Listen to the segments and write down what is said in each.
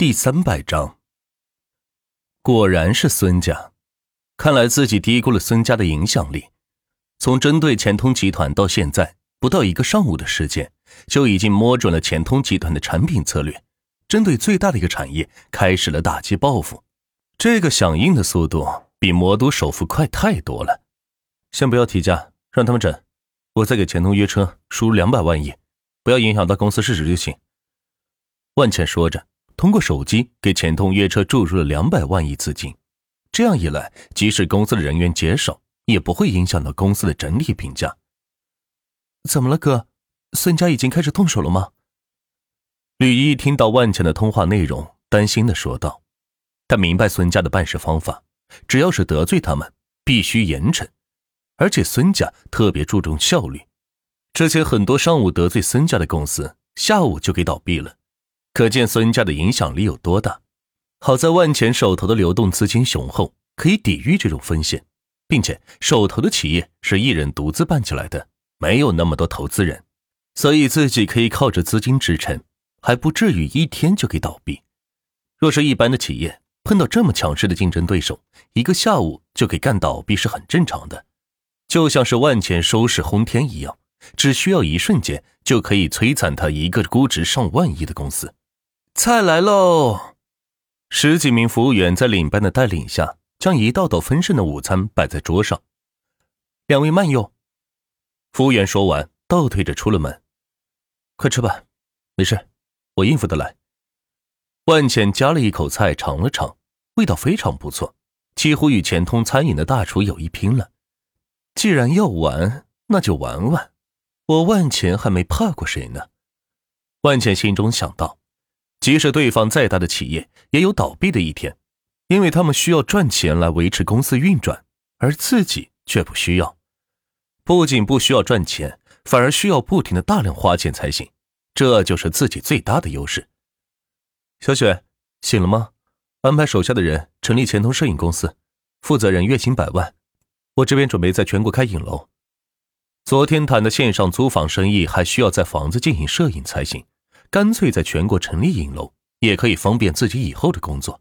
第300章。果然是孙家，看来自己低估了孙家的影响力。从针对钱通集团到现在不到1个上午的时间，就已经摸准了钱通集团的产品策略，针对最大的一个产业开始了打击报复。这个响应的速度比魔都首富快太多了。先不要提价，让他们整，我再给钱通约车输入200万亿，不要影响到公司市值就行。万茜说着，通过手机给钱通约车注入了200万亿资金。这样一来，即使公司的人员减少，也不会影响到公司的整体评价。怎么了哥？孙家已经开始动手了吗？吕一听到万茜的通话内容，担心地说道。他明白孙家的办事方法，只要是得罪他们，必须严惩。而且孙家特别注重效率，之前很多上午得罪孙家的公司，下午就给倒闭了。可见孙家的影响力有多大。好在万茜手头的流动资金雄厚，可以抵御这种风险，并且手头的企业是一人独自办起来的，没有那么多投资人，所以自己可以靠着资金支撑，还不至于一天就给倒闭。若是一般的企业，碰到这么强势的竞争对手，1个下午就给干倒闭是很正常的。就像是万茜收拾轰天一样，只需要一瞬间就可以摧残他一个估值上万亿的公司。菜来喽！10几名服务员在领班的带领下，将一道道丰盛的午餐摆在桌上。2位慢用。服务员说完，倒退着出了门。快吃吧，没事，我应付得来。万茜夹了一口菜尝了尝，味道非常不错，几乎与钱通餐饮的大厨有一拼了。既然要玩，那就玩玩，我万茜还没怕过谁呢。万茜心中想到，即使对方再大的企业也有倒闭的一天，因为他们需要赚钱来维持公司运转，而自己却不需要。不仅不需要赚钱，反而需要不停的大量花钱才行，这就是自己最大的优势。小雪，醒了吗？安排手下的人成立钱通摄影公司，负责人月薪100万，我这边准备在全国开影楼。昨天谈的线上租房生意还需要在房子进行摄影才行，干脆在全国成立影楼，也可以方便自己以后的工作。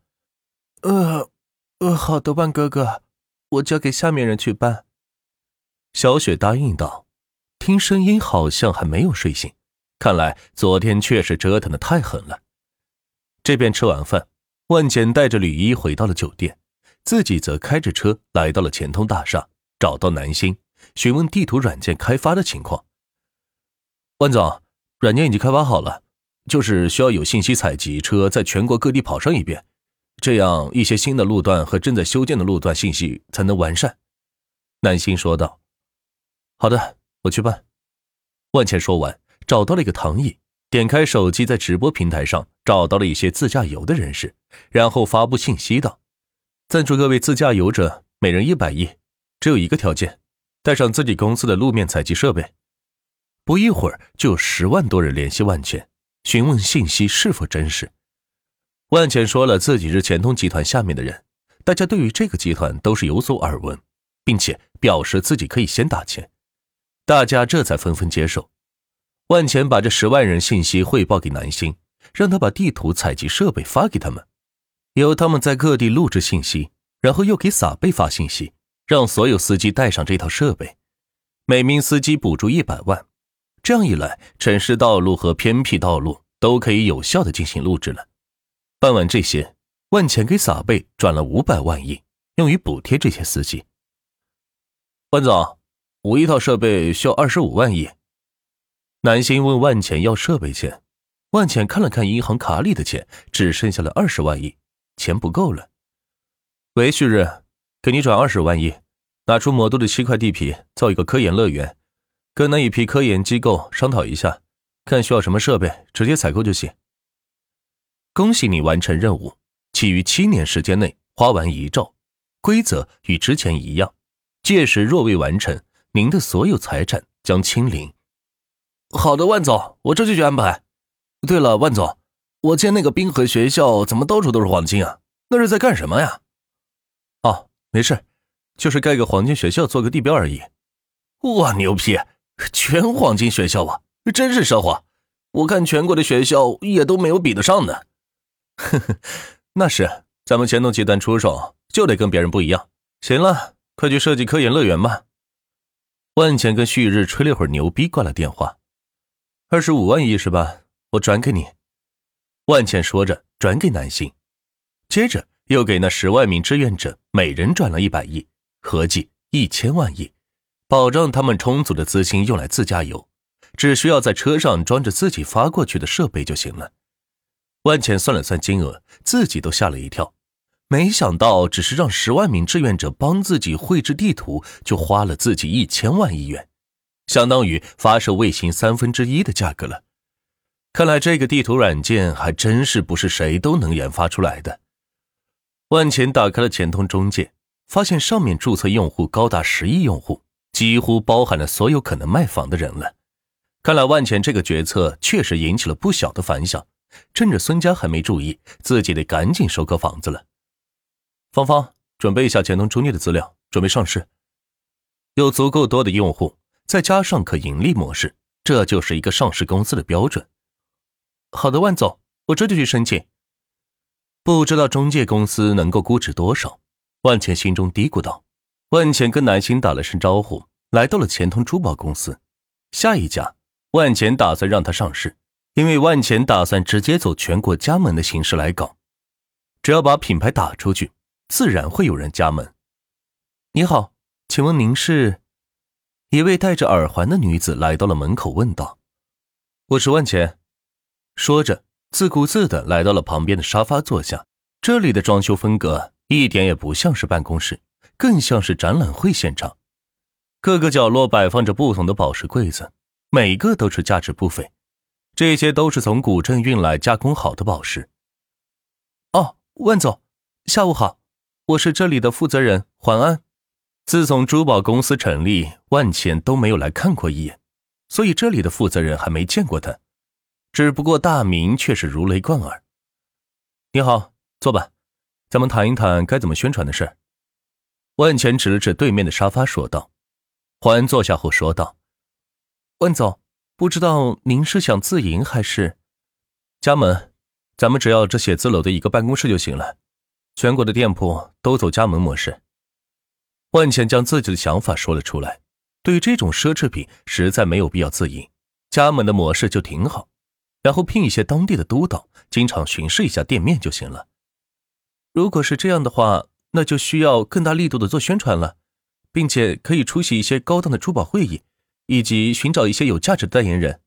好的，万哥哥，我交给下面人去办。小雪答应道，听声音好像还没有睡醒，看来昨天确实折腾得太狠了。这边吃完饭，万茜带着吕一回到了酒店，自己则开着车来到了钱通大厦，找到南星，询问地图软件开发的情况。万总，软件已经开发好了，就是需要有信息采集车在全国各地跑上一遍，这样一些新的路段和正在修建的路段信息才能完善。南星说道。好的，我去办。万茜说完，找到了一个躺椅，点开手机，在直播平台上找到了一些自驾游的人士，然后发布信息道，赞助各位自驾游者每人100亿，只有一个条件，带上自己公司的路面采集设备。不一会儿就有10万多人联系万茜，询问信息是否真实。万茜说了自己是钱通集团下面的人，大家对于这个集团都是有所耳闻，并且表示自己可以先打钱，大家这才纷纷接受。万茜把这10万人信息汇报给南星，让他把地图采集设备发给他们，由他们在各地录制信息，然后又给撒贝发信息，让所有司机带上这套设备，每名司机补助100万。这样一来，城市道路和偏僻道路都可以有效地进行录制了。办完这些，万茜给撒贝转了500万亿，用于补贴这些司机。万总，5亿套设备需要25万亿。南星问万茜要设备钱，万茜看了看银行卡里的钱，只剩下了20万亿，钱不够了。喂，旭日，给你转20万亿，拿出魔都的7块地皮，造一个科研乐园，跟那一批科研机构商讨一下，看需要什么设备，直接采购就行。恭喜你完成任务，其余7年时间内花完1兆，规则与之前一样，届时若未完成，您的所有财产将清零。好的，万总，我这就去安排。对了，万总，我见那个滨河学校怎么到处都是黄金啊？那是在干什么呀？哦，没事，就是盖个黄金学校做个地标而已。哇，牛批，全黄金学校啊，真是奢华，我看全国的学校也都没有比得上的。 呵呵，那是，咱们钱东集团出手就得跟别人不一样。行了，快去设计科研乐园吧。万钱跟旭日吹了会儿牛逼，挂了电话。25万亿是吧？我转给你。万钱说着转给南星，接着又给那10万名志愿者每人转了100亿，合计1000万亿，保障他们充足的资金用来自驾游，只需要在车上装着自己发过去的设备就行了。万钱算了算金额，自己都吓了一跳，没想到只是让10万名志愿者帮自己绘制地图，就花了自己1000万亿元，相当于发射卫星1/3的价格了。看来这个地图软件还真是不是谁都能研发出来的。万钱打开了钱通中介，发现上面注册用户高达10亿用户，几乎包含了所有可能卖房的人了。看来万钱这个决策确实引起了不小的反响，趁着孙家还没注意，自己得赶紧收割房子了。芳芳，准备一下钱通中介的资料，准备上市。有足够多的用户，再加上可盈利模式，这就是一个上市公司的标准。好的，万总，我这就去申请。不知道中介公司能够估值多少，万钱心中嘀咕道。万钱跟南星打了声招呼，来到了钱通珠宝公司。下一家，万钱打算让它上市，因为万钱打算直接走全国加盟的形式来搞。只要把品牌打出去，自然会有人加盟。你好，请问您是？一位戴着耳环的女子来到了门口问道。我是万钱。说着自顾自地来到了旁边的沙发坐下。这里的装修风格一点也不像是办公室，更像是展览会现场。各个角落摆放着不同的宝石柜子，每个都是价值不菲，这些都是从古镇运来加工好的宝石。哦，万总，下午好，我是这里的负责人环安。自从珠宝公司成立，万钱都没有来看过一眼，所以这里的负责人还没见过他，只不过大名却是如雷贯耳。你好，坐吧，咱们谈一谈该怎么宣传的事。万钱指了指对面的沙发说道。环安坐下后说道，万总，不知道您是想自营还是加盟？咱们只要这写字楼的一个办公室就行了，全国的店铺都走加盟模式。万钱将自己的想法说了出来，对于这种奢侈品实在没有必要自营，加盟的模式就挺好，然后聘一些当地的督导，经常巡视一下店面就行了。如果是这样的话，那就需要更大力度的做宣传了，并且可以出席一些高档的珠宝会议，以及寻找一些有价值的代言人。